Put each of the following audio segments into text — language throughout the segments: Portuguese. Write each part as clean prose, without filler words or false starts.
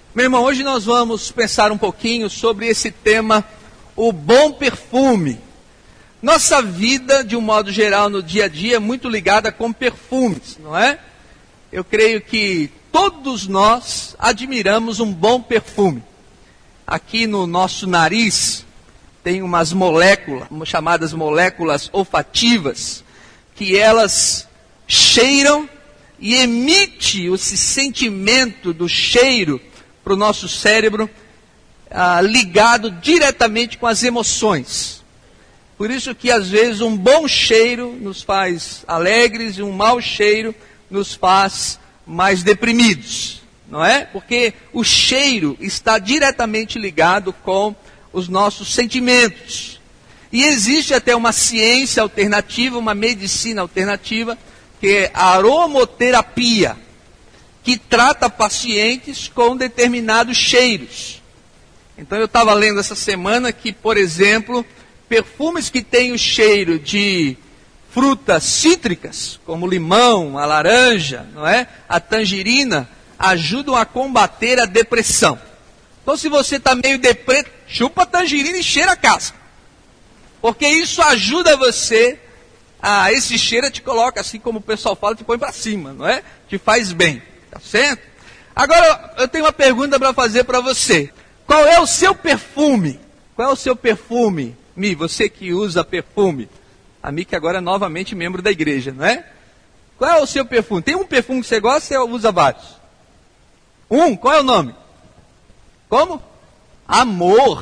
Meu irmão, hoje nós vamos pensar um pouquinho sobre esse tema, o bom perfume. Nossa vida, de um modo geral, no dia a dia, é muito ligada com perfumes, não é? Eu creio que todos nós admiramos um bom perfume. Aqui no nosso nariz tem umas moléculas, chamadas moléculas olfativas, que elas cheiram e emitem esse sentimento do cheiro para o nosso cérebro, ligado diretamente com as emoções. Por isso que às vezes um bom cheiro nos faz alegres e um mau cheiro nos faz mais deprimidos, não é? Porque o cheiro está diretamente ligado com os nossos sentimentos. E existe até uma ciência alternativa, uma medicina alternativa, que é a aromoterapia, que trata pacientes com determinados cheiros. Então eu estava lendo essa semana que, por exemplo, perfumes que têm o cheiro de frutas cítricas, como o limão, a laranja, não é? A tangerina, ajudam a combater a depressão. Então se você está meio deprê, chupa a tangerina e cheira a casca. Porque isso ajuda você, esse cheiro te coloca, assim como o pessoal fala, te põe para cima, não é? Te faz bem. Tá certo? Agora, eu tenho uma pergunta para fazer para você. Qual é o seu perfume? Qual é o seu perfume? Mi, você que usa perfume. A Mi que agora é novamente membro da igreja, não é? Qual é o seu perfume? Tem um perfume que você gosta ou usa vários? Qual é o nome? Como? Amor.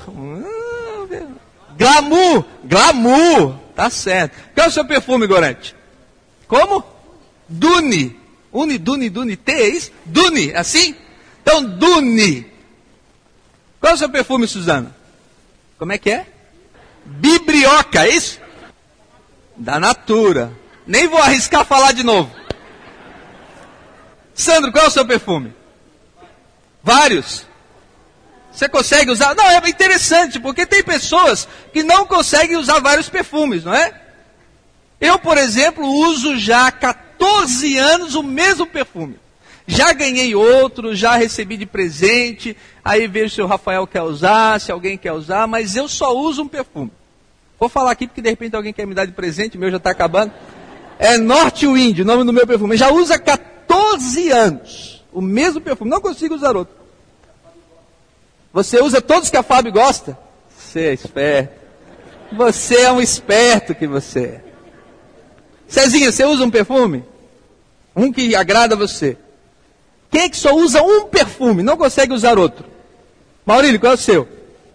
Glamour. Tá certo. Qual é o seu perfume, Gorete? Como? Dune, T, é isso? Dune, assim? Então, Dune. Qual é o seu perfume, Suzana? Como é que é? Bibrioca, é isso? Da Natura. Nem vou arriscar falar de novo. Sandro, qual é o seu perfume? Vários. Você consegue usar? Não, é interessante, porque tem pessoas que não conseguem usar vários perfumes, não é? Eu, por exemplo, uso já há 14 anos o mesmo perfume. Já ganhei outro, já recebi de presente, aí vejo se o Rafael quer usar, se alguém quer usar, mas eu só uso um perfume. Vou falar aqui porque de repente alguém quer me dar de presente, o meu já está acabando. É Northwind, o nome do meu perfume. Eu já uso há 14 anos o mesmo perfume, não consigo usar outro. Você usa todos que a Fábio gosta? Você é esperto. Você é um esperto que você é. Cezinha, você usa um perfume? Um que agrada a você. Quem é que só usa um perfume, não consegue usar outro? Maurílio, qual é o seu?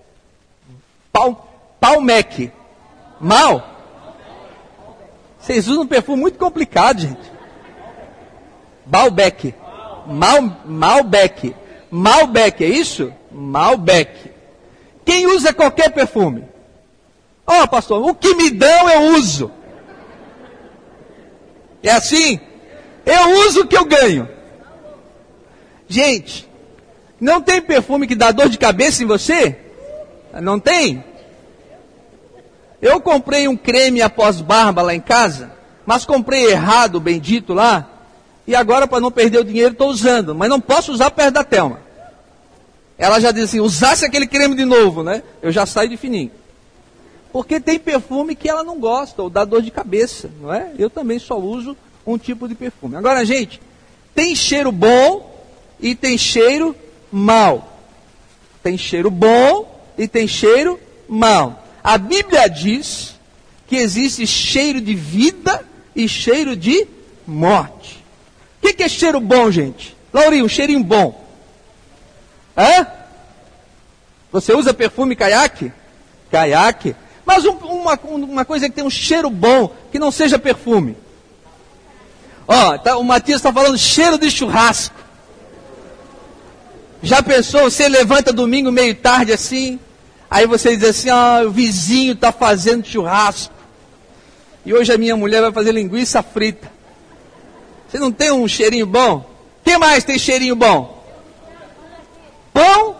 Palmec. Mal? Vocês usam um perfume muito complicado, gente. Balbec. Malbec. Malbec, é isso? Malbec. Quem usa qualquer perfume? Ó, pastor, o que me dão eu uso. É assim? Eu uso o que eu ganho. Gente, não tem perfume que dá dor de cabeça em você? Não tem? Eu comprei um creme após barba lá em casa, mas comprei errado, bendito lá, e agora para não perder o dinheiro estou usando, mas não posso usar perto da Thelma. Ela já disse assim, usasse aquele creme de novo, né? Eu já saio de fininho. Porque tem perfume que ela não gosta, ou dá dor de cabeça, não é? Eu também só uso um tipo de perfume. Agora, gente, tem cheiro bom e tem cheiro mau. Tem cheiro bom e tem cheiro mau. A Bíblia diz que existe cheiro de vida e cheiro de morte. O que é cheiro bom, gente? Laurinho, um cheirinho bom. Hã? Você usa perfume caiaque? Caiaque. Mas uma coisa que tem um cheiro bom, que não seja perfume. Ó, o Matias está falando cheiro de churrasco. Já pensou, você levanta domingo meio tarde assim, aí você diz assim, o vizinho está fazendo churrasco. E hoje a minha mulher vai fazer linguiça frita. Você não tem um cheirinho bom? Quem mais tem cheirinho bom? Pão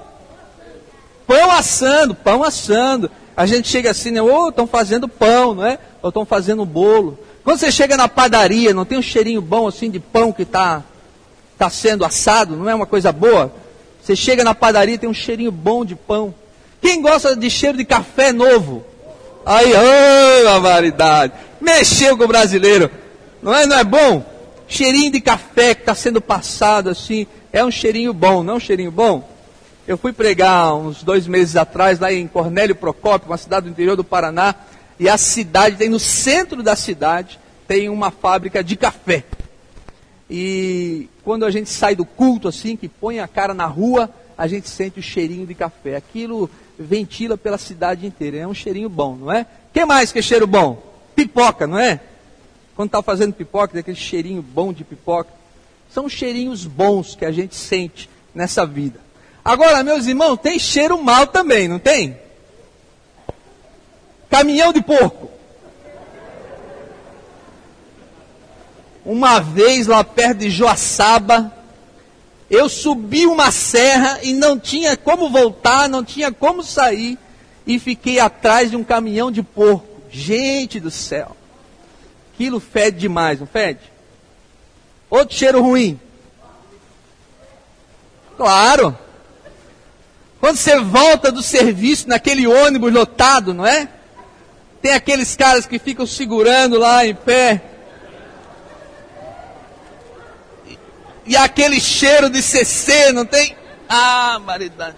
assando. A gente chega assim, né? Estão fazendo pão, não é? Ou estão fazendo bolo. Quando você chega na padaria, não tem um cheirinho bom assim de pão que está sendo assado, não é uma coisa boa? Você chega na padaria, tem um cheirinho bom de pão. Quem gosta de cheiro de café novo? Aí, barbaridade. Mexeu com o brasileiro. Não é bom? Cheirinho de café que está sendo passado assim. É um cheirinho bom, não é um cheirinho bom? Eu fui pregar uns 2 meses atrás, lá em Cornélio Procópio, uma cidade do interior do Paraná. E a cidade, tem no centro da cidade, tem uma fábrica de café. E quando a gente sai do culto assim, que põe a cara na rua, a gente sente o cheirinho de café. Aquilo ventila pela cidade inteira. É um cheirinho bom, não é? O que mais que é cheiro bom? Pipoca, não é? Quando está fazendo pipoca, tem aquele cheirinho bom de pipoca. São cheirinhos bons que a gente sente nessa vida. Agora, meus irmãos, tem cheiro mal também, não tem? Caminhão de porco. Uma vez lá perto de Joaçaba, eu subi uma serra e não tinha como voltar, não tinha como sair, e fiquei atrás de um caminhão de porco. Gente do céu, aquilo fede demais, não fede? Outro cheiro ruim. Claro. Quando você volta do serviço naquele ônibus lotado, não é? Tem aqueles caras que ficam segurando lá em pé. E aquele cheiro de CC, não tem? Ah, maridade.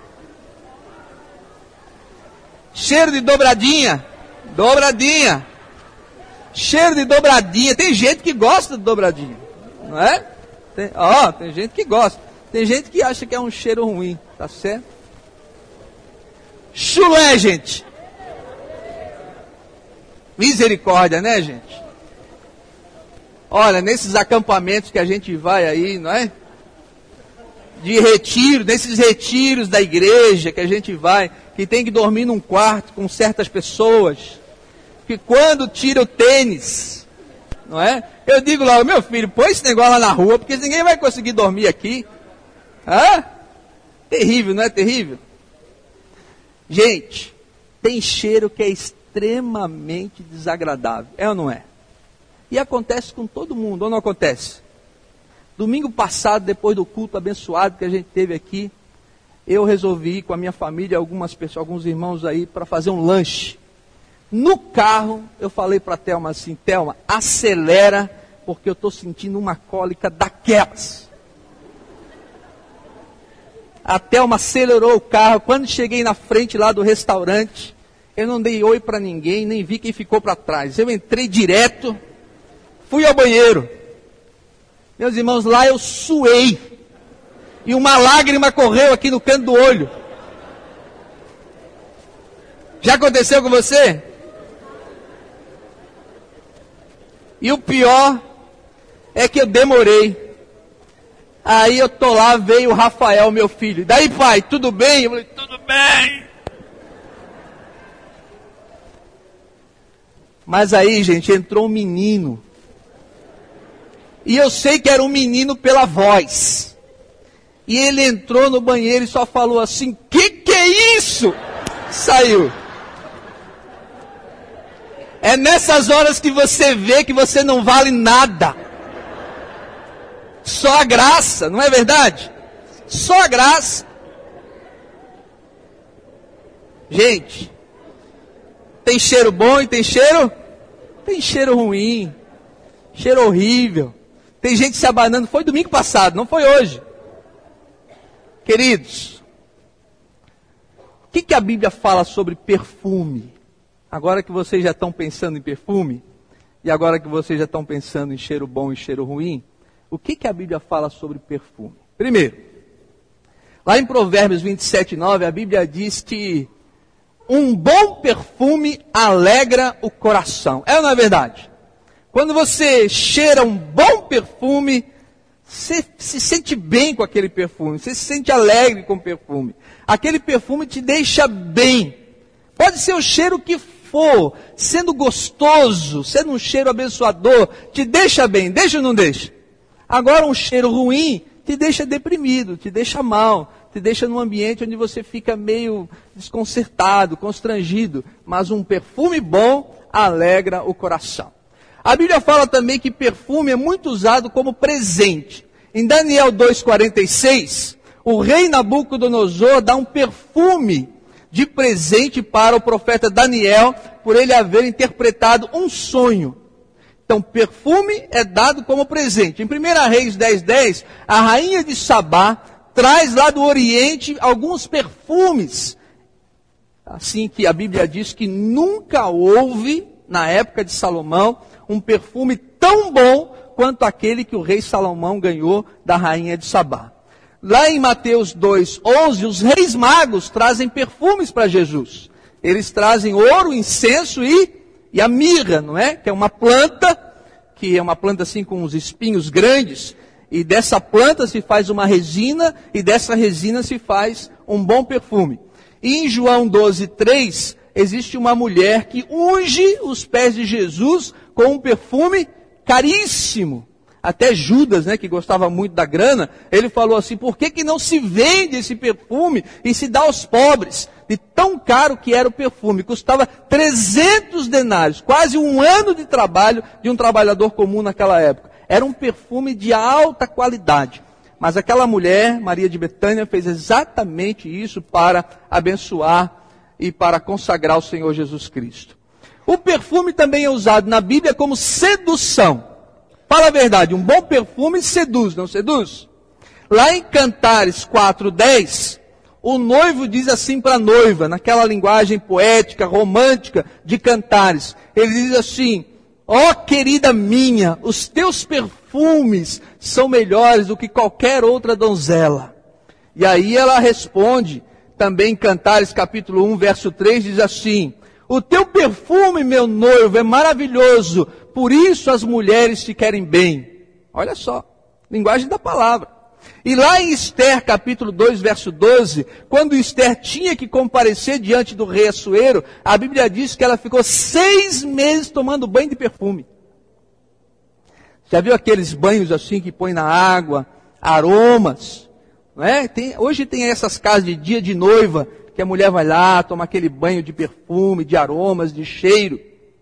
Cheiro de dobradinha. Dobradinha. Cheiro de dobradinha. Tem gente que gosta de dobradinha. Não é? Tem gente que gosta. Tem gente que acha que é um cheiro ruim. Tá certo? Chulé, gente. Misericórdia, né, gente? Olha, nesses acampamentos que a gente vai aí, não é? De retiro, nesses retiros da igreja que a gente vai, que tem que dormir num quarto com certas pessoas, que quando tira o tênis, não é? Eu digo logo, meu filho, põe esse negócio lá na rua, porque ninguém vai conseguir dormir aqui. Hã? Terrível, não é terrível? Gente, tem cheiro que é extremamente desagradável, é ou não é? E acontece com todo mundo, ou não acontece? Domingo passado, depois do culto abençoado que a gente teve aqui, eu resolvi ir com a minha família, algumas pessoas, alguns irmãos aí, para fazer um lanche. No carro, eu falei para a Thelma assim, Thelma, acelera, porque eu estou sentindo uma cólica daquelas. A Thelma acelerou o carro. Quando cheguei na frente lá do restaurante, eu não dei oi para ninguém, nem vi quem ficou para trás. Eu entrei direto, fui ao banheiro. Meus irmãos, lá eu suei. E uma lágrima correu aqui no canto do olho. Já aconteceu com você? E o pior é que eu demorei. Aí eu tô lá, veio o Rafael, meu filho. Daí, pai, tudo bem? Eu falei, tudo bem. Mas aí, gente, entrou um menino. E eu sei que era um menino pela voz. E ele entrou no banheiro e só falou assim, que é isso? Saiu. É nessas horas que você vê que você não vale nada. Só a graça, não é verdade? Só a graça. Gente, tem cheiro bom e tem cheiro ruim. Cheiro horrível. Tem gente se abanando. Foi domingo passado, não foi hoje. Queridos, o que a Bíblia fala sobre perfume? Agora que vocês já estão pensando em perfume, e agora que vocês já estão pensando em cheiro bom e cheiro ruim, o que a Bíblia fala sobre perfume? Primeiro, lá em Provérbios 27:9, a Bíblia diz que um bom perfume alegra o coração. É ou não é verdade? Quando você cheira um bom perfume, você se sente bem com aquele perfume, você se sente alegre com o perfume. Aquele perfume te deixa bem. Pode ser o cheiro que for, sendo gostoso, sendo um cheiro abençoador, te deixa bem, deixa ou não deixa? Agora um cheiro ruim te deixa deprimido, te deixa mal, te deixa num ambiente onde você fica meio desconcertado, constrangido. Mas um perfume bom alegra o coração. A Bíblia fala também que perfume é muito usado como presente. Em Daniel 2,46, o rei Nabucodonosor dá um perfume de presente para o profeta Daniel, por ele haver interpretado um sonho. Então, perfume é dado como presente. Em 1 Reis 10:10, a rainha de Sabá traz lá do Oriente alguns perfumes. Assim que a Bíblia diz que nunca houve, na época de Salomão, um perfume tão bom quanto aquele que o rei Salomão ganhou da rainha de Sabá. Lá em Mateus 2:11, os reis magos trazem perfumes para Jesus. Eles trazem ouro, incenso e a mirra, não é? Que é uma planta assim com uns espinhos grandes. E dessa planta se faz uma resina, e dessa resina se faz um bom perfume. E em João 12:3, existe uma mulher que unge os pés de Jesus com um perfume caríssimo. Até Judas, né, que gostava muito da grana, ele falou assim: por que não se vende esse perfume e se dá aos pobres? De tão caro que era o perfume, custava 300 denários, quase um ano de trabalho de um trabalhador comum naquela época. Era um perfume de alta qualidade. Mas aquela mulher, Maria de Betânia, fez exatamente isso para abençoar e para consagrar o Senhor Jesus Cristo. O perfume também é usado na Bíblia como sedução. Fala a verdade, um bom perfume seduz, não seduz? Lá em Cantares 4:10, o noivo diz assim para a noiva, naquela linguagem poética, romântica de Cantares. Ele diz assim: ó querida minha, os teus perfumes são melhores do que qualquer outra donzela. E aí ela responde, também em Cantares capítulo 1, verso 3, diz assim: o teu perfume, meu noivo, é maravilhoso, por isso as mulheres te querem bem. Olha só, linguagem da palavra. E lá em Esther, capítulo 2, verso 12, quando Esther tinha que comparecer diante do rei Assuero, a Bíblia diz que ela ficou 6 meses tomando banho de perfume. Já viu aqueles banhos assim que põe na água, aromas? Não é? Hoje tem essas casas de dia de noiva, que a mulher vai lá, toma aquele banho de perfume, de aromas, de cheiro.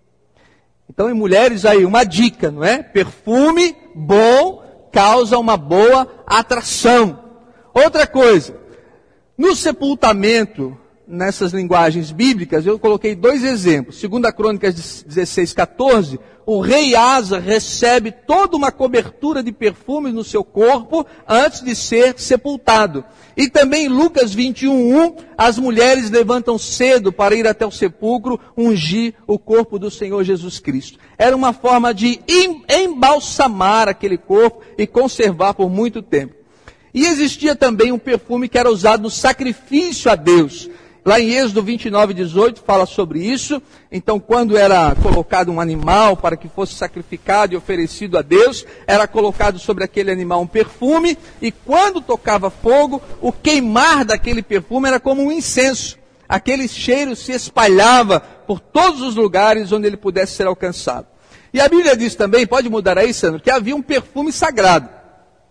Então, em mulheres aí, uma dica, não é? Perfume bom causa uma boa atração. Outra coisa, no sepultamento, nessas linguagens bíblicas, eu coloquei 2 exemplos. 2 Crônicas 16:14, o rei Asa recebe toda uma cobertura de perfumes no seu corpo antes de ser sepultado. E também em Lucas 21:1, as mulheres levantam cedo para ir até o sepulcro ungir o corpo do Senhor Jesus Cristo. Era uma forma de embalsamar aquele corpo e conservar por muito tempo. E existia também um perfume que era usado no sacrifício a Deus. Lá em Êxodo 29:18 fala sobre isso. Então, quando era colocado um animal para que fosse sacrificado e oferecido a Deus, era colocado sobre aquele animal um perfume, e quando tocava fogo, o queimar daquele perfume era como um incenso. Aquele cheiro se espalhava por todos os lugares onde ele pudesse ser alcançado. E a Bíblia diz também, pode mudar aí, Sandro, que havia um perfume sagrado.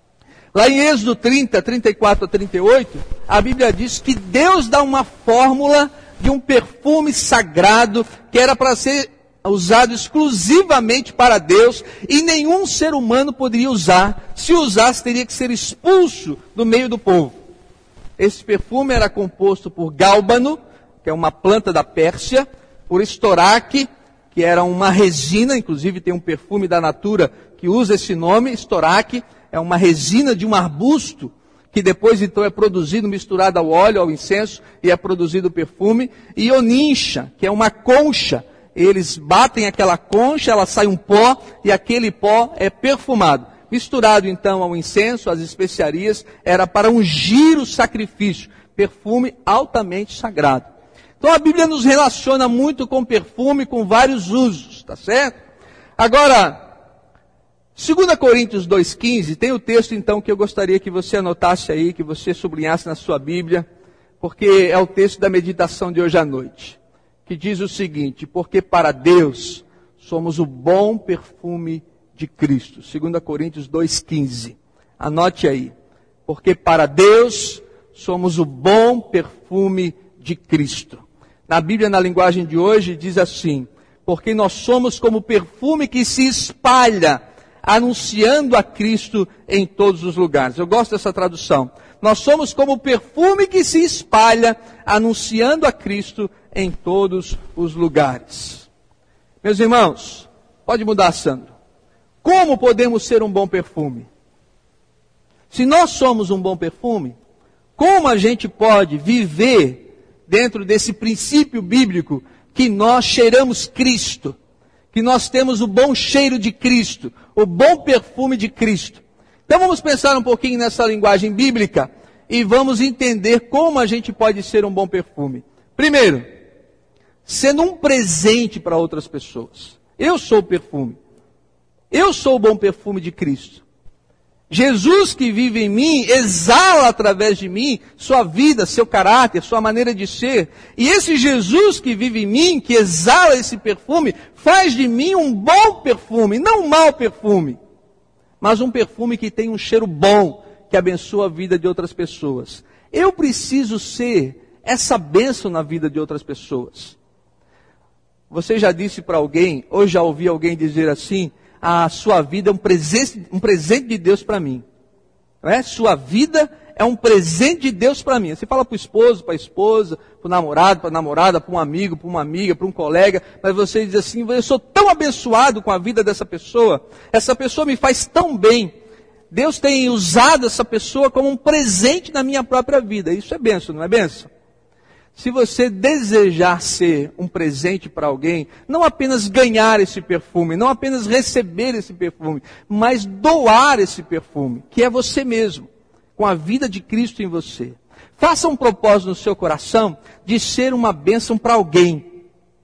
Lá em Êxodo 30, 34 a 38, a Bíblia diz que Deus dá uma fórmula de um perfume sagrado que era para ser usado exclusivamente para Deus e nenhum ser humano poderia usar. Se usasse, teria que ser expulso do meio do povo. Esse perfume era composto por gálbano, que é uma planta da Pérsia, por estoraque, que era uma resina, inclusive tem um perfume da Natura que usa esse nome, estoraque. É uma resina de um arbusto, que depois então é produzido misturado ao óleo, ao incenso, e é produzido o perfume. E onincha, que é uma concha. Eles batem aquela concha, ela sai um pó, e aquele pó é perfumado. Misturado então ao incenso, às especiarias, era para ungir o sacrifício. Perfume altamente sagrado. Então a Bíblia nos relaciona muito com perfume, com vários usos, tá certo? Agora, 2 Coríntios 2,15, tem o texto então que eu gostaria que você anotasse aí, que você sublinhasse na sua Bíblia, porque é o texto da meditação de hoje à noite, que diz o seguinte: porque para Deus somos o bom perfume de Cristo. 2 Coríntios 2,15, anote aí, porque para Deus somos o bom perfume de Cristo. Na Bíblia, na linguagem de hoje, diz assim: porque nós somos como perfume que se espalha anunciando a Cristo em todos os lugares. Eu gosto dessa tradução. Nós somos como o perfume que se espalha, anunciando a Cristo em todos os lugares. Meus irmãos, pode mudar, Sandro. Como podemos ser um bom perfume? Se nós somos um bom perfume, como a gente pode viver dentro desse princípio bíblico que nós cheiramos Cristo, que nós temos o bom cheiro de Cristo, o bom perfume de Cristo? Então vamos pensar um pouquinho nessa linguagem bíblica e vamos entender como a gente pode ser um bom perfume. Primeiro, sendo um presente para outras pessoas. Eu sou o perfume. Eu sou o bom perfume de Cristo. Jesus que vive em mim, exala através de mim sua vida, seu caráter, sua maneira de ser. E esse Jesus que vive em mim, que exala esse perfume, faz de mim um bom perfume, não um mau perfume, mas um perfume que tem um cheiro bom, que abençoa a vida de outras pessoas. Eu preciso ser essa bênção na vida de outras pessoas. Você já disse para alguém, ou já ouvi alguém dizer assim: a sua vida é um presente de Deus para mim. Não é? Sua vida é um presente de Deus para mim. Você fala para o esposo, para a esposa, para o namorado, para a namorada, para um amigo, para uma amiga, para um colega, mas você diz assim: eu sou tão abençoado com a vida dessa pessoa, essa pessoa me faz tão bem. Deus tem usado essa pessoa como um presente na minha própria vida. Isso é bênção, não é bênção? Se você desejar ser um presente para alguém, não apenas ganhar esse perfume, não apenas receber esse perfume, mas doar esse perfume, que é você mesmo, com a vida de Cristo em você. Faça um propósito no seu coração de ser uma bênção para alguém.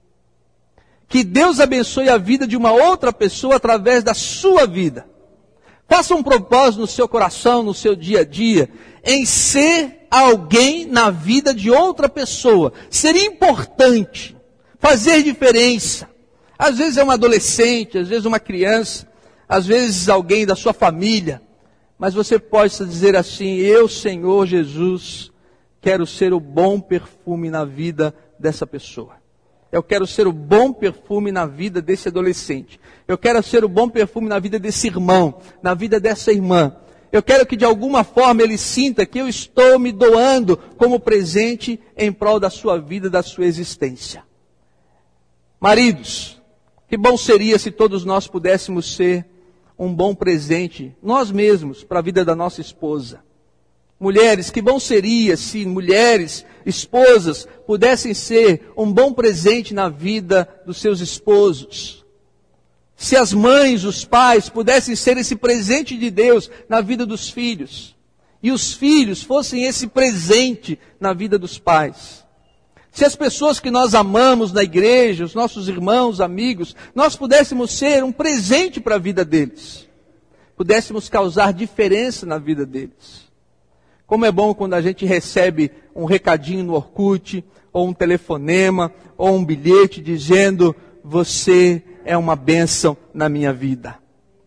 Que Deus abençoe a vida de uma outra pessoa através da sua vida. Faça um propósito no seu coração, no seu dia a dia, em ser alguém na vida de outra pessoa. Ser importante, fazer diferença. Às vezes é um adolescente, às vezes uma criança, às vezes alguém da sua família. Mas você pode dizer assim: eu, Senhor Jesus, quero ser o bom perfume na vida dessa pessoa. Eu quero ser o bom perfume na vida desse adolescente. Eu quero ser o bom perfume na vida desse irmão, na vida dessa irmã. Eu quero que de alguma forma ele sinta que eu estou me doando como presente em prol da sua vida, da sua existência. Maridos, que bom seria se todos nós pudéssemos ser um bom presente, nós mesmos, para a vida da nossa esposa. Mulheres, que bom seria se mulheres, esposas, pudessem ser um bom presente na vida dos seus esposos. Se as mães, os pais, pudessem ser esse presente de Deus na vida dos filhos. E os filhos fossem esse presente na vida dos pais. Se as pessoas que nós amamos na igreja, os nossos irmãos, amigos, nós pudéssemos ser um presente para a vida deles. Pudéssemos causar diferença na vida deles. Como é bom quando a gente recebe um recadinho no Orkut, ou um telefonema, ou um bilhete dizendo: você é uma bênção na minha vida.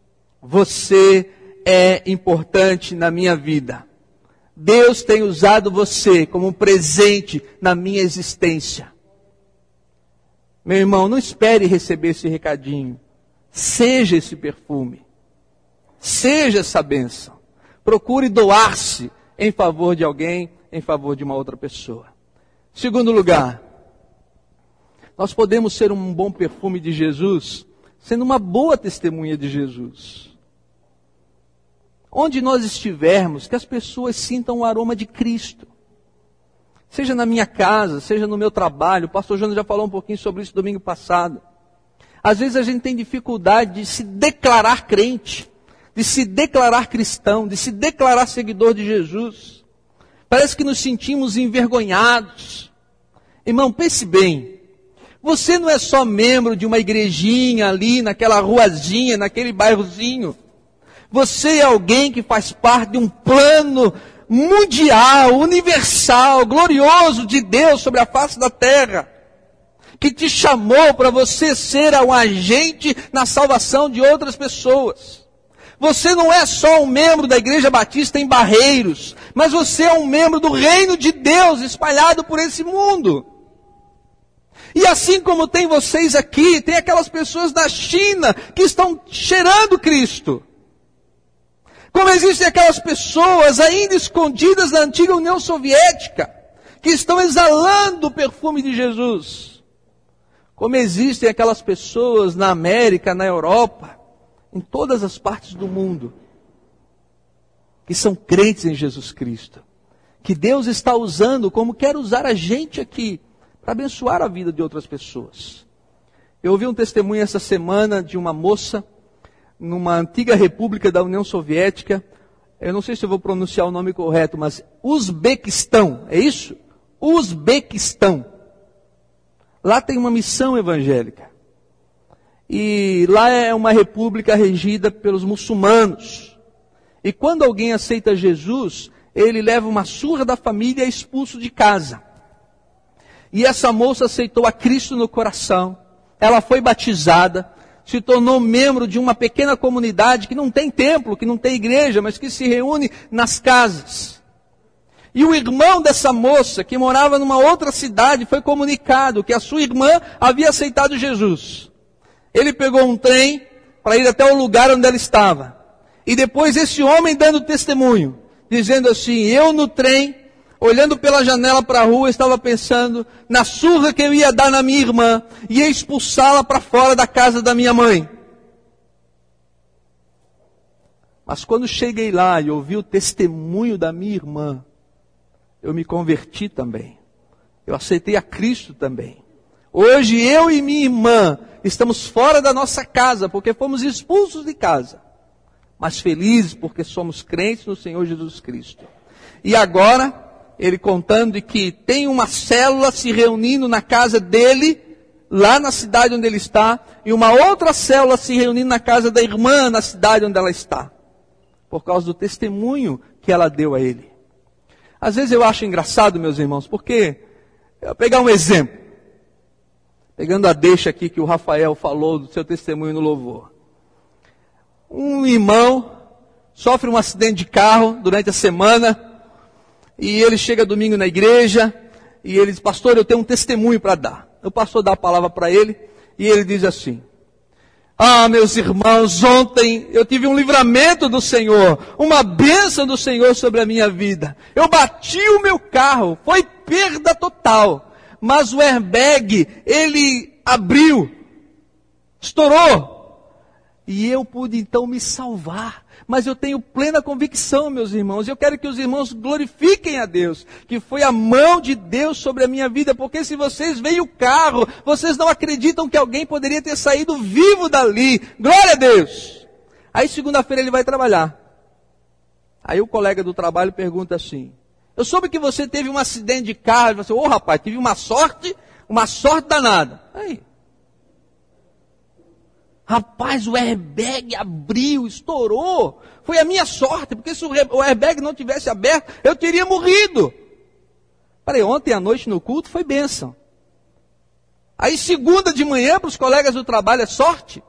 Você é importante na minha vida. Deus tem usado você como um presente na minha existência. Meu irmão, não espere receber esse recadinho. Seja esse perfume. Seja essa bênção. Procure doar-se em favor de alguém, em favor de uma outra pessoa. Segundo lugar, nós podemos ser um bom perfume de Jesus, sendo uma boa testemunha de Jesus. Onde nós estivermos, que as pessoas sintam o aroma de Cristo. Seja na minha casa, seja no meu trabalho. O pastor Jonas já falou um pouquinho sobre isso domingo passado. Às vezes a gente tem dificuldade de se declarar crente, de se declarar cristão, de se declarar seguidor de Jesus. Parece que nos sentimos envergonhados. Irmão, pense bem. Você não é só membro de uma igrejinha ali, naquela ruazinha, naquele bairrozinho. Você é alguém que faz parte de um plano mundial, universal, glorioso de Deus sobre a face da terra. Que te chamou para você ser um agente na salvação de outras pessoas. Você não é só um membro da Igreja Batista em Barreiros, mas você é um membro do reino de Deus espalhado por esse mundo. E assim como tem vocês aqui, tem aquelas pessoas da China que estão cheirando Cristo. Como existem aquelas pessoas ainda escondidas na antiga União Soviética, que estão exalando o perfume de Jesus. Como existem aquelas pessoas na América, na Europa, em todas as partes do mundo, que são crentes em Jesus Cristo, que Deus está usando como quer usar a gente aqui, para abençoar a vida de outras pessoas. Eu ouvi um testemunho essa semana de uma moça, numa antiga república da União Soviética, eu não sei se eu vou pronunciar o nome correto, mas Uzbequistão, é isso? Uzbequistão. Lá tem uma missão evangélica. E lá é uma república regida pelos muçulmanos. E quando alguém aceita Jesus, ele leva uma surra da família e é expulso de casa. E essa moça aceitou a Cristo no coração. Ela foi batizada, se tornou membro de uma pequena comunidade que não tem templo, que não tem igreja, mas que se reúne nas casas. E o irmão dessa moça, que morava numa outra cidade, foi comunicado que a sua irmã havia aceitado Jesus. Ele pegou um trem para ir até o lugar onde ela estava. E depois esse homem dando testemunho, dizendo assim, eu no trem, olhando pela janela para a rua, estava pensando na surra que eu ia dar na minha irmã, e ia expulsá-la para fora da casa da minha mãe. Mas quando cheguei lá e ouvi o testemunho da minha irmã, eu me converti também. Eu aceitei a Cristo também. Hoje eu e minha irmã estamos fora da nossa casa, porque fomos expulsos de casa. Mas felizes porque somos crentes no Senhor Jesus Cristo. E agora, ele contando de que tem uma célula se reunindo na casa dele, lá na cidade onde ele está, e uma outra célula se reunindo na casa da irmã, na cidade onde ela está. Por causa do testemunho que ela deu a ele. Às vezes eu acho engraçado, meus irmãos, porque, eu vou pegar um exemplo. Pegando a deixa aqui que o Rafael falou do seu testemunho no louvor. Um irmão sofre um acidente de carro durante a semana, e ele chega domingo na igreja, e ele diz, pastor, eu tenho um testemunho para dar. O pastor dá a palavra para ele, e ele diz assim, meus irmãos, ontem eu tive um livramento do Senhor, uma bênção do Senhor sobre a minha vida. Eu bati o meu carro, foi perda total, mas o airbag, ele abriu, estourou, e eu pude então me salvar. Mas eu tenho plena convicção, meus irmãos, eu quero que os irmãos glorifiquem a Deus, que foi a mão de Deus sobre a minha vida, porque se vocês veem o carro, vocês não acreditam que alguém poderia ter saído vivo dali. Glória a Deus! Aí segunda-feira ele vai trabalhar. Aí o colega do trabalho pergunta assim, eu soube que você teve um acidente de carro. Ele fala assim, rapaz, tive uma sorte danada. Aí. Rapaz, o airbag abriu, estourou. Foi a minha sorte, porque se o airbag não tivesse aberto, eu teria morrido. Falei, ontem à noite no culto foi bênção. Aí segunda de manhã para os colegas do trabalho é sorte.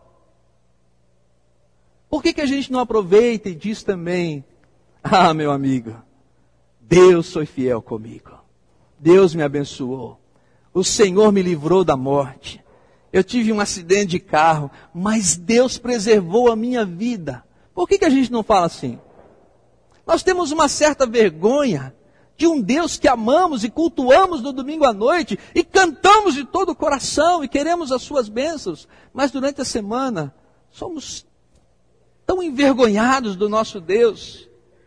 Por que a gente não aproveita e diz também, meu amigo, Deus foi fiel comigo. Deus me abençoou. O Senhor me livrou da morte. Eu tive um acidente de carro, mas Deus preservou a minha vida. Por que a gente não fala assim? Nós temos uma certa vergonha de um Deus que amamos e cultuamos no domingo à noite, e cantamos de todo o coração, e queremos as suas bênçãos, mas durante a semana, somos tão envergonhados do nosso Deus.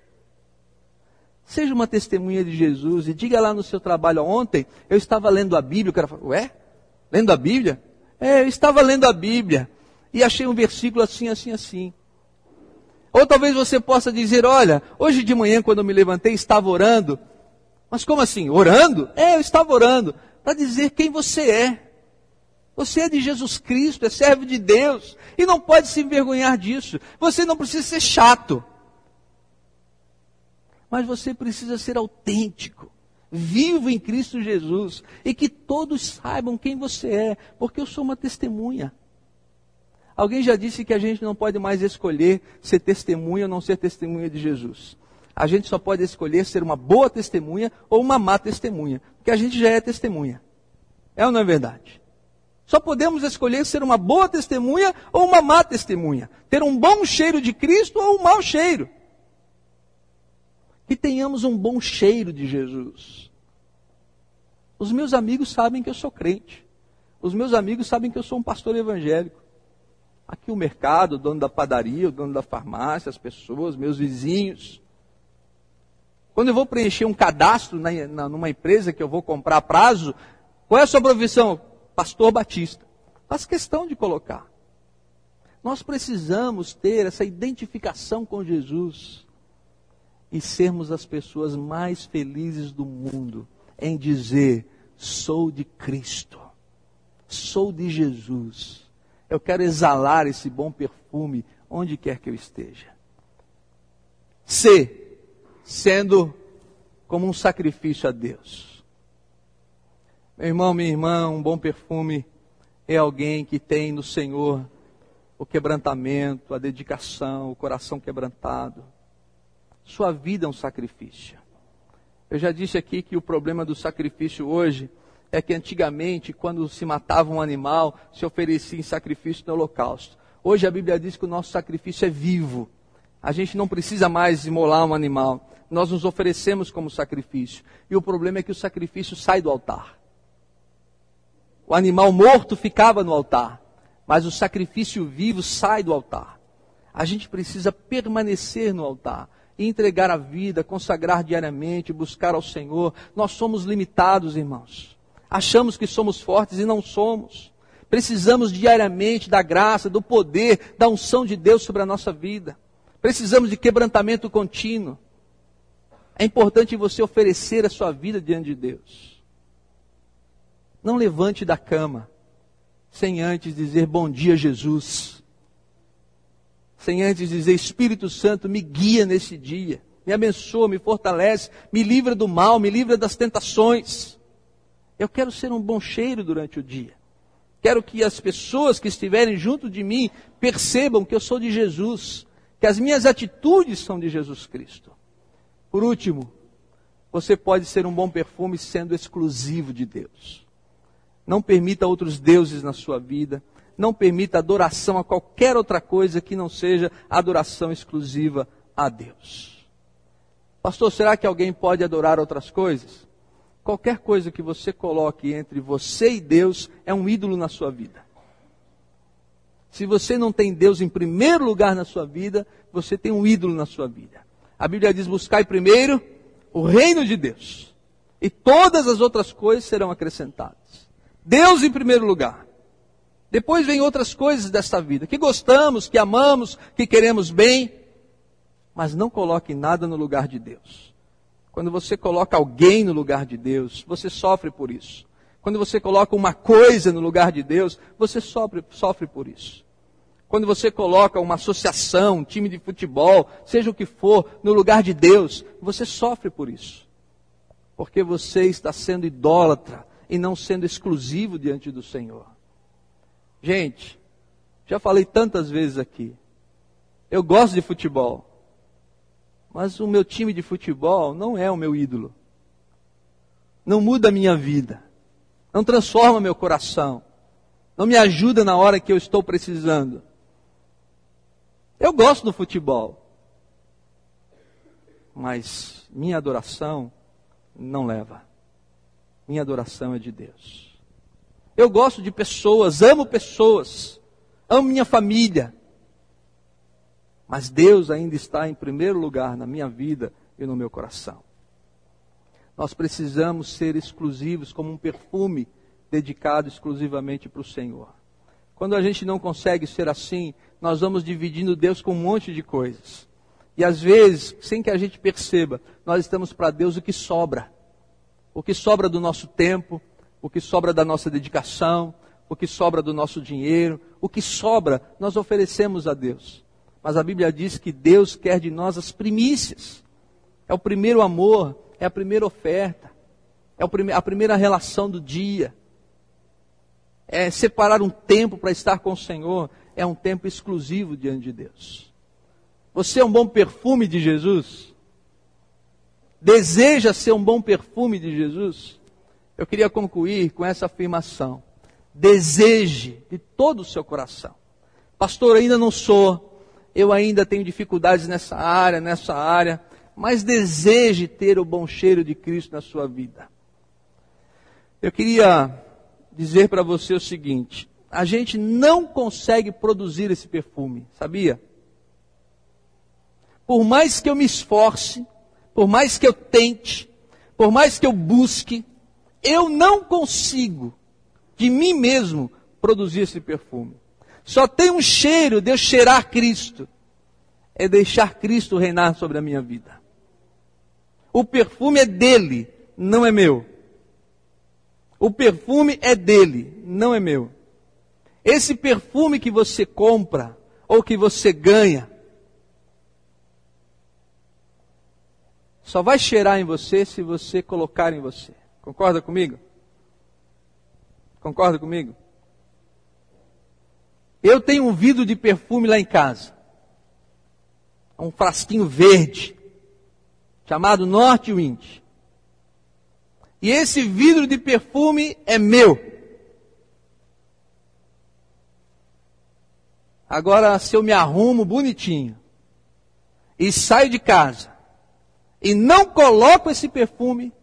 Seja uma testemunha de Jesus, e diga lá no seu trabalho, ontem eu estava lendo a Bíblia, o cara fala, lendo a Bíblia? Eu estava lendo a Bíblia e achei um versículo assim, assim, assim. Ou talvez você possa dizer, olha, hoje de manhã quando eu me levantei estava orando. Mas como assim? Orando? Eu estava orando para dizer quem você é. Você é de Jesus Cristo, é servo de Deus e não pode se envergonhar disso. Você não precisa ser chato. Mas você precisa ser autêntico. Vivo em Cristo Jesus, e que todos saibam quem você é, porque eu sou uma testemunha. Alguém já disse que a gente não pode mais escolher ser testemunha ou não ser testemunha de Jesus. A gente só pode escolher ser uma boa testemunha ou uma má testemunha, porque a gente já é testemunha. É ou não é verdade? Só podemos escolher ser uma boa testemunha ou uma má testemunha, ter um bom cheiro de Cristo ou um mau cheiro. que tenhamos um bom cheiro de Jesus. Os meus amigos sabem que eu sou crente. Os meus amigos sabem que eu sou um pastor evangélico. Aqui o mercado, o dono da padaria, o dono da farmácia, as pessoas, meus vizinhos. Quando eu vou preencher um cadastro numa empresa que eu vou comprar a prazo, qual é a sua profissão? Pastor Batista. Faz questão de colocar. Nós precisamos ter essa identificação com Jesus e sermos as pessoas mais felizes do mundo em dizer: sou de Cristo, sou de Jesus. Eu quero exalar esse bom perfume onde quer que eu esteja. C, sendo como um sacrifício a Deus. Meu irmão, minha irmã, um bom perfume é alguém que tem no Senhor o quebrantamento, a dedicação, o coração quebrantado. Sua vida é um sacrifício. Eu já disse aqui que o problema do sacrifício hoje é que antigamente, quando se matava um animal, se oferecia em sacrifício no holocausto. Hoje a Bíblia diz que o nosso sacrifício é vivo. A gente não precisa mais imolar um animal. Nós nos oferecemos como sacrifício. E o problema é que o sacrifício sai do altar. O animal morto ficava no altar, mas o sacrifício vivo sai do altar. A gente precisa permanecer no altar e entregar a vida, consagrar diariamente, buscar ao Senhor. Nós somos limitados, irmãos. Achamos que somos fortes e não somos. Precisamos diariamente da graça, do poder, da unção de Deus sobre a nossa vida. Precisamos de quebrantamento contínuo. É importante você oferecer a sua vida diante de Deus. Não levante da cama sem antes dizer bom dia, Jesus. Sem antes dizer: Espírito Santo, me guia nesse dia. Me abençoa, me fortalece, me livra do mal, me livra das tentações. Eu quero ser um bom cheiro durante o dia. Quero que as pessoas que estiverem junto de mim percebam que eu sou de Jesus, que as minhas atitudes são de Jesus Cristo. Por último, você pode ser um bom perfume sendo exclusivo de Deus. Não permita outros deuses na sua vida. Não permita adoração a qualquer outra coisa que não seja adoração exclusiva a Deus. Pastor, será que alguém pode adorar outras coisas? Qualquer coisa que você coloque entre você e Deus é um ídolo na sua vida. Se você não tem Deus em primeiro lugar na sua vida, você tem um ídolo na sua vida. A Bíblia diz: buscai primeiro o reino de Deus, e todas as outras coisas serão acrescentadas. Deus em primeiro lugar. Depois vem outras coisas desta vida, que gostamos, que amamos, que queremos bem, mas não coloque nada no lugar de Deus. Quando você coloca alguém no lugar de Deus, você sofre por isso. Quando você coloca uma coisa no lugar de Deus, você sofre por isso. Quando você coloca uma associação, um time de futebol, seja o que for, no lugar de Deus, você sofre por isso. Porque você está sendo idólatra e não sendo exclusivo diante do Senhor. Gente, já falei tantas vezes aqui, eu gosto de futebol, mas o meu time de futebol não é o meu ídolo. Não muda a minha vida, não transforma meu coração, não me ajuda na hora que eu estou precisando. Eu gosto do futebol, mas minha adoração não leva. Minha adoração é de Deus. Eu gosto de pessoas, amo minha família. Mas Deus ainda está em primeiro lugar na minha vida e no meu coração. Nós precisamos ser exclusivos, como um perfume dedicado exclusivamente para o Senhor. Quando a gente não consegue ser assim, nós vamos dividindo Deus com um monte de coisas. E às vezes, sem que a gente perceba, nós estamos para Deus o que sobra. O que sobra do nosso tempo, o que sobra da nossa dedicação, o que sobra do nosso dinheiro, o que sobra nós oferecemos a Deus. Mas a Bíblia diz que Deus quer de nós as primícias. É o primeiro amor, é a primeira oferta, é a primeira relação do dia. É separar um tempo para estar com o Senhor, é um tempo exclusivo diante de Deus. Você é um bom perfume de Jesus? Deseja ser um bom perfume de Jesus? Eu queria concluir com essa afirmação. Deseje de todo o seu coração. Pastor, ainda não sou. Eu ainda tenho dificuldades nessa área. mas deseje ter o bom cheiro de Cristo na sua vida. Eu queria dizer para você o seguinte: a gente não consegue produzir esse perfume, sabia? Por mais que eu me esforce, por mais que eu tente, por mais que eu busque, eu não consigo, de mim mesmo, produzir esse perfume. Só tem um cheiro de eu cheirar Cristo, é deixar Cristo reinar sobre a minha vida. O perfume é dele, não é meu. O perfume é dele, não é meu. Esse perfume que você compra, ou que você ganha, só vai cheirar em você se você colocar em você. Concorda comigo? Concorda comigo? Eu tenho um vidro de perfume lá em casa. Um frasquinho verde, chamado North Wind. E esse vidro de perfume é meu. Agora, se eu me arrumo bonitinho e saio de casa e não coloco esse perfume,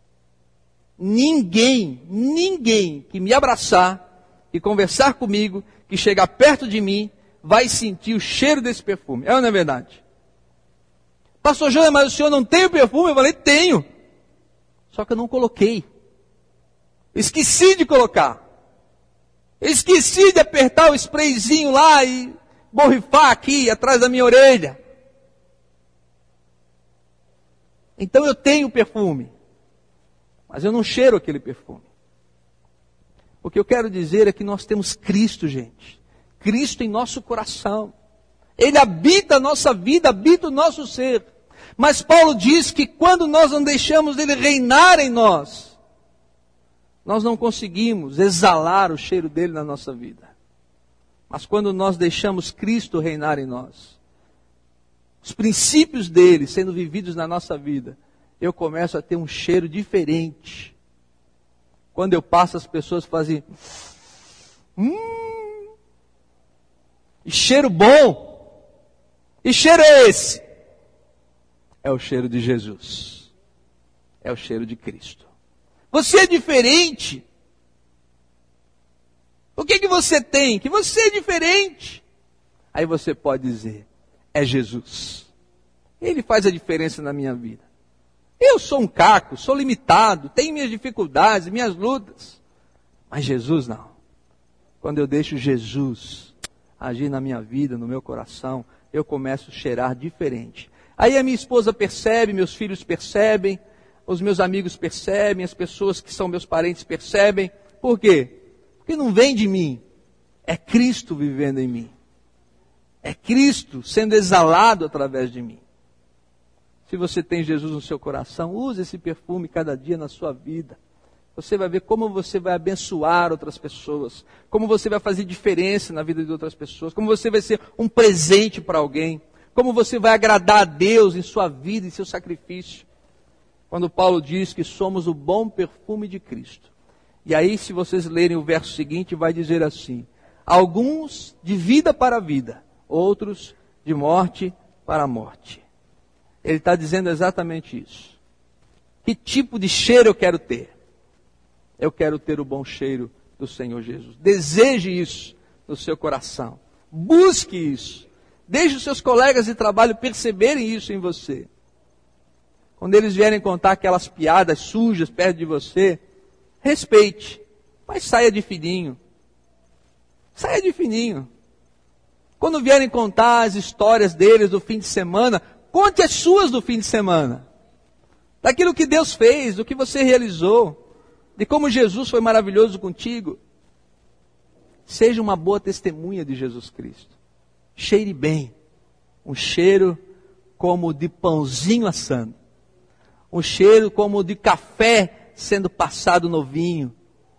ninguém que me abraçar, que conversar comigo, que chegar perto de mim, vai sentir o cheiro desse perfume. É ou não é verdade? Pastor Jânio, mas o senhor não tem o perfume? Eu falei, tenho. Só que eu não coloquei. Esqueci de colocar. Esqueci de apertar o sprayzinho lá e borrifar aqui atrás da minha orelha. Então eu tenho perfume, mas eu não cheiro aquele perfume. O que eu quero dizer é que nós temos Cristo, gente. Cristo em nosso coração. Ele habita a nossa vida, habita o nosso ser. Mas Paulo diz que quando nós não deixamos ele reinar em nós, nós não conseguimos exalar o cheiro dele na nossa vida. Mas quando nós deixamos Cristo reinar em nós, os princípios dele sendo vividos na nossa vida, eu começo a ter um cheiro diferente. Quando eu passo, as pessoas fazem e cheiro bom. E cheiro é esse? É o cheiro de Jesus. É o cheiro de Cristo. Você é diferente. O que você tem? Que você é diferente. Aí você pode dizer, é Jesus. Ele faz a diferença na minha vida. Eu sou um caco, sou limitado, tenho minhas dificuldades, minhas lutas. Mas Jesus não. Quando eu deixo Jesus agir na minha vida, no meu coração, eu começo a cheirar diferente. Aí a minha esposa percebe, meus filhos percebem, os meus amigos percebem, as pessoas que são meus parentes percebem. Por quê? Porque não vem de mim, é Cristo vivendo em mim. É Cristo sendo exalado através de mim. Se você tem Jesus no seu coração, use esse perfume cada dia na sua vida. Você vai ver como você vai abençoar outras pessoas, como você vai fazer diferença na vida de outras pessoas, como você vai ser um presente para alguém, como você vai agradar a Deus em sua vida, em seu sacrifício. Quando Paulo diz que somos o bom perfume de Cristo. E aí, se vocês lerem o verso seguinte, vai dizer assim: alguns de vida para vida, outros de morte para a morte. Ele está dizendo exatamente isso. Que tipo de cheiro eu quero ter? Eu quero ter o bom cheiro do Senhor Jesus. Deseje isso no seu coração. Busque isso. Deixe os seus colegas de trabalho perceberem isso em você. Quando eles vierem contar aquelas piadas sujas perto de você, respeite, mas saia de fininho. Saia de fininho. Quando vierem contar as histórias deles do fim de semana, conte as suas do fim de semana. Daquilo que Deus fez, do que você realizou, de como Jesus foi maravilhoso contigo. Seja uma boa testemunha de Jesus Cristo. Cheire bem. Um cheiro como de pãozinho assando. Um cheiro como de café sendo passado no vinho.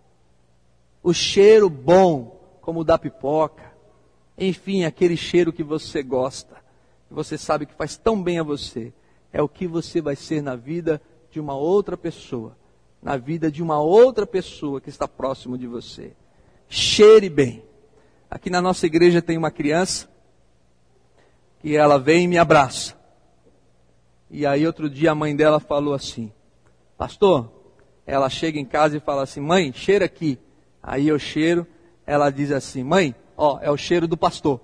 O cheiro bom como o da pipoca. Enfim, aquele cheiro que você gosta. Que você sabe que faz tão bem a você. É o que você vai ser na vida de uma outra pessoa. Na vida de uma outra pessoa que está próximo de você. Cheire bem. Aqui na nossa igreja tem uma criança que ela vem e me abraça. E aí outro dia a mãe dela falou assim: pastor, ela chega em casa e fala assim: mãe, cheira aqui. Aí eu cheiro, ela diz assim: mãe, ó, é o cheiro do pastor.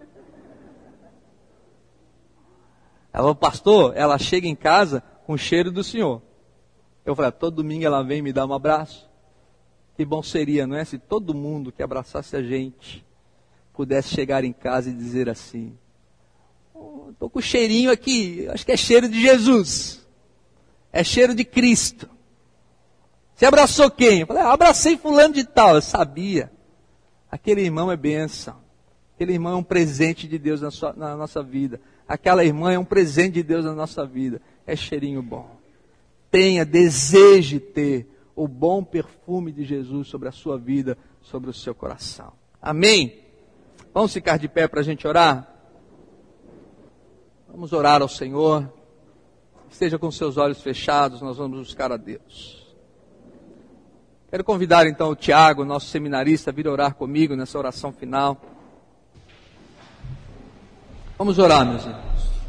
Ela falou: pastor, ela chega em casa com o cheiro do senhor. Eu falei: todo domingo ela vem me dar um abraço. Que bom seria, não é? Se todo mundo que abraçasse a gente pudesse chegar em casa e dizer assim: estou com cheirinho aqui, acho que é cheiro de Jesus. É cheiro de Cristo. Você abraçou quem? Eu falei: abracei fulano de tal. Eu sabia. Aquele irmão é bênção. Aquele irmão é um presente de Deus na nossa vida. Aquela irmã é um presente de Deus na nossa vida. É cheirinho bom. Deseje ter o bom perfume de Jesus sobre a sua vida, sobre o seu coração. Amém? Vamos ficar de pé para a gente orar? Vamos orar ao Senhor. Esteja com seus olhos fechados, nós vamos buscar a Deus. Quero convidar então o Tiago, nosso seminarista, a vir orar comigo nessa oração final. Vamos orar, meus irmãos.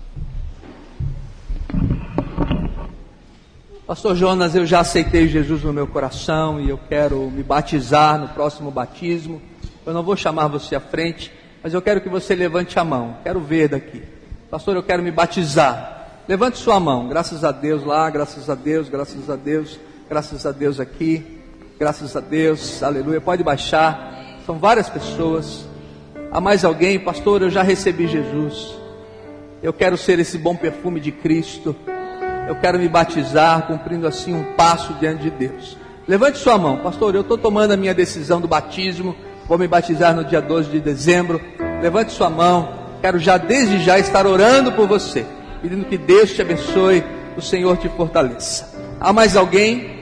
Pastor Jonas, eu já aceitei Jesus no meu coração e eu quero me batizar no próximo batismo. Eu não vou chamar você à frente, mas eu quero que você levante a mão. Quero ver daqui. Pastor, eu quero me batizar. Levante sua mão. Graças a Deus lá, graças a Deus, graças a Deus, graças a Deus aqui. Graças a Deus, aleluia. Pode baixar. São várias pessoas. Há mais alguém? Pastor, eu já recebi Jesus. Eu quero ser esse bom perfume de Cristo. Eu quero me batizar, cumprindo assim um passo diante de Deus. Levante sua mão. Pastor, eu estou tomando a minha decisão do batismo. Vou me batizar no dia 12 de dezembro. Levante sua mão. Quero já, desde já, estar orando por você, pedindo que Deus te abençoe, o Senhor te fortaleça. Há mais alguém?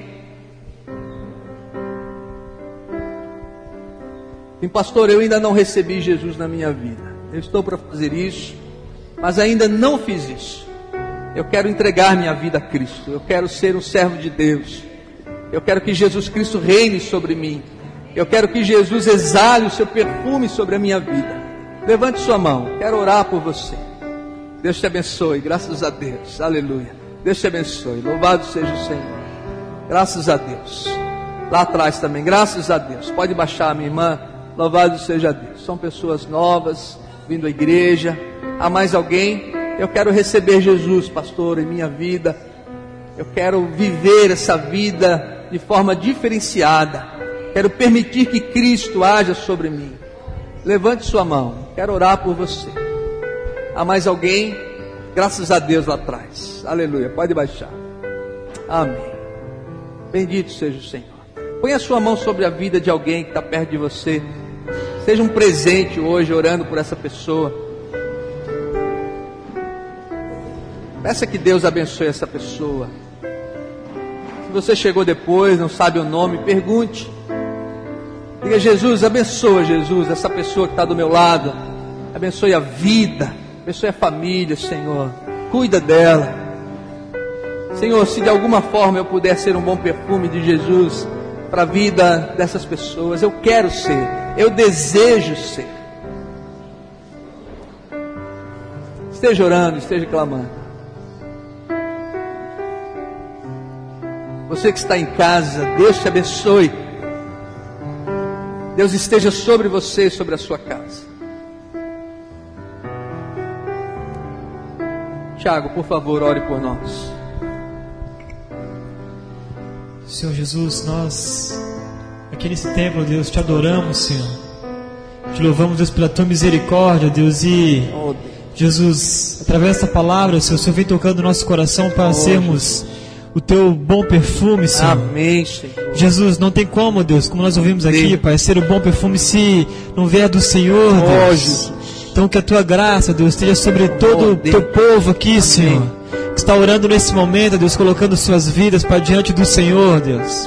Sim, pastor, eu ainda não recebi Jesus na minha vida. Eu estou para fazer isso, mas ainda não fiz isso. Eu quero entregar minha vida a Cristo. Eu quero ser um servo de Deus. Eu quero que Jesus Cristo reine sobre mim. Eu quero que Jesus exale o seu perfume sobre a minha vida. Levante sua mão. Quero orar por você. Deus te abençoe. Graças a Deus. Aleluia. Deus te abençoe. Louvado seja o Senhor. Graças a Deus. Lá atrás também. Graças a Deus. Pode baixar, minha irmã. Louvado seja Deus. São pessoas novas vindo à igreja. Há mais alguém? Eu quero receber Jesus, pastor, em minha vida. Eu quero viver essa vida de forma diferenciada. Quero permitir que Cristo haja sobre mim. Levante sua mão. Quero orar por você. Há mais alguém? Graças a Deus lá atrás. Aleluia. Pode baixar. Amém. Bendito seja o Senhor. Põe a sua mão sobre a vida de alguém que está perto de você. Seja um presente hoje orando por essa pessoa. Peça que Deus abençoe essa pessoa. Se você chegou depois, não sabe o nome, pergunte. Diga: Jesus, abençoa, Jesus, essa pessoa que está do meu lado. Abençoe a vida, abençoe a família, Senhor. Cuida dela. Senhor, se de alguma forma eu puder ser um bom perfume de Jesus para a vida dessas pessoas, eu quero ser, eu desejo ser. Esteja orando, esteja clamando. Você que está em casa, Deus te abençoe. Deus esteja sobre você e sobre a sua casa. Tiago, por favor, ore por nós. Senhor Jesus, nós aqui nesse templo, Deus, te adoramos, Senhor. Te louvamos, Deus, pela tua misericórdia, Deus. E Jesus, através dessa palavra, Senhor, o Senhor vem tocando o nosso coração para sermos o teu bom perfume, Senhor. Amém, Senhor. Jesus, não tem como, Deus, como nós ouvimos aqui, Pai, ser o bom perfume se não vier do Senhor, Deus. Então que a tua graça, Deus, esteja sobre todo o teu povo aqui, Senhor, que está orando nesse momento, Deus, colocando suas vidas para diante do Senhor, Deus.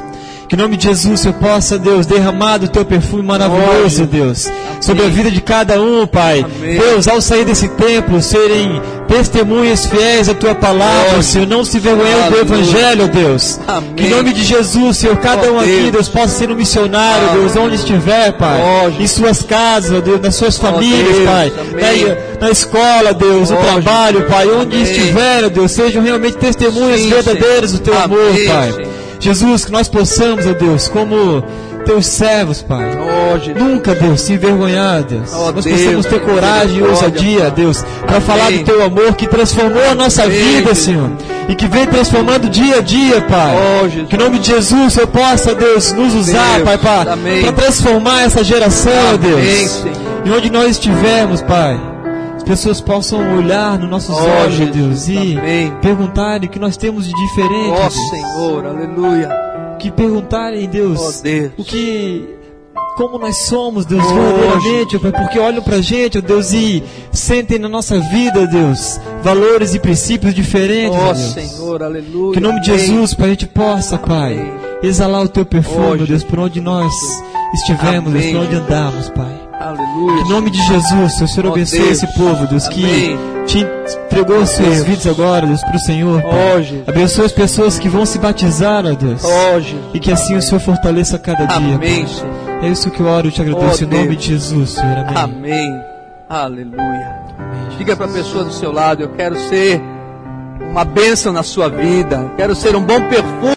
Que em nome de Jesus, Senhor, possa, Deus, derramar do teu perfume maravilhoso, Deus, sobre a vida de cada um, Pai. Amém. Deus, ao sair desse templo, serem testemunhas fiéis à tua palavra, Senhor, não se vergonhando do Evangelho, Deus. Amém. Que em nome de Jesus, Senhor, cada um aqui, Deus, possa ser um missionário, Deus, onde estiver, Pai, em suas casas, Deus, nas suas famílias, Pai, na escola, Deus, no trabalho, Pai, onde estiver, Deus, sejam realmente testemunhas verdadeiras do teu amor, Pai. Jesus, que nós possamos, ó Deus, como teus servos, Pai, nunca, Deus, se envergonhar, Deus. Nós possamos ter coragem e ousadia, Deus, para falar do teu amor que transformou a nossa vida, Senhor, e que vem transformando dia a dia, Pai. Que em nome de Jesus eu possa, Deus, nos usar, Pai, para transformar essa geração, Deus. E onde nós estivermos, Pai, as pessoas possam olhar nos nossos olhos, Deus, e perguntarem o que nós temos de diferente, Deus. Senhor, aleluia. Que perguntarem, Deus, como nós somos, Deus, verdadeiramente, Pai, porque olham pra gente, ó Deus, e sentem na nossa vida, Deus, valores e princípios diferentes, Deus. Senhor, aleluia. Que em nome de Jesus, Pai, a gente possa, Pai, exalar o teu perfume, Deus, por onde nós estivermos, Deus, por onde andarmos, Pai. Aleluia. Que em nome de Jesus, o Senhor abençoe esse povo, Deus, que te entregou os seus vidas agora, Deus, para o Senhor, Pai. Abençoe as pessoas que vão se batizar, ó Deus, e que assim o Senhor fortaleça cada dia, Pai. É isso que eu oro e te agradeço em nome de Jesus, Senhor. Amém. Amém. Aleluia. Diga para a pessoa do seu lado: eu quero ser uma bênção na sua vida, quero ser um bom perfume